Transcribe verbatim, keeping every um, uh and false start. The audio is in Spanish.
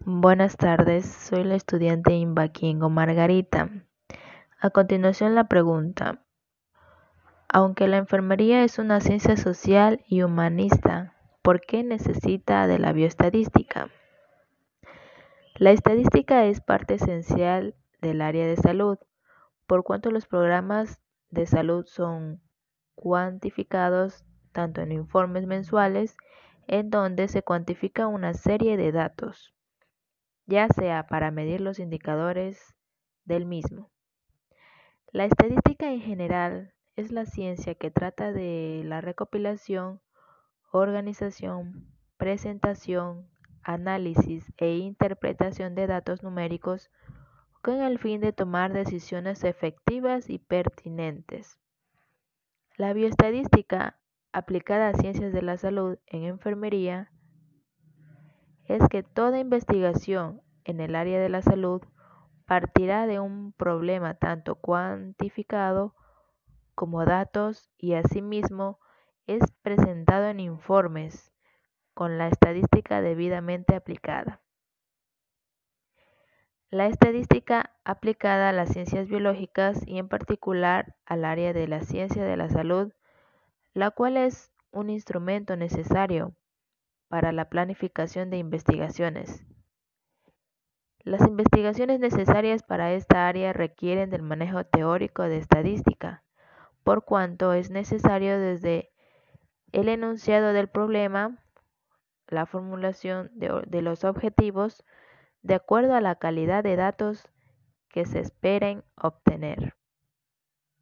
Buenas tardes, soy la estudiante Imbaquingo Margarita. A continuación la pregunta. Aunque la enfermería es una ciencia social y humanista, ¿por qué necesita de la bioestadística? La estadística es parte esencial del área de salud, por cuanto los programas de salud son cuantificados tanto en informes mensuales, en donde se cuantifica una serie de datos, ya sea para medir los indicadores del mismo. La estadística en general es la ciencia que trata de la recopilación, organización, presentación, análisis e interpretación de datos numéricos con el fin de tomar decisiones efectivas y pertinentes. La bioestadística aplicada a ciencias de la salud en enfermería es que toda investigación en el área de la salud partirá de un problema tanto cuantificado como datos y asimismo es presentado en informes con la estadística debidamente aplicada. La estadística aplicada a las ciencias biológicas y en particular al área de la ciencia de la salud, la cual es un instrumento necesario para la planificación de investigaciones. Las investigaciones necesarias para esta área requieren del manejo teórico de estadística, por cuanto es necesario desde el enunciado del problema, la formulación de, de los objetivos, de acuerdo a la calidad de datos que se esperen obtener.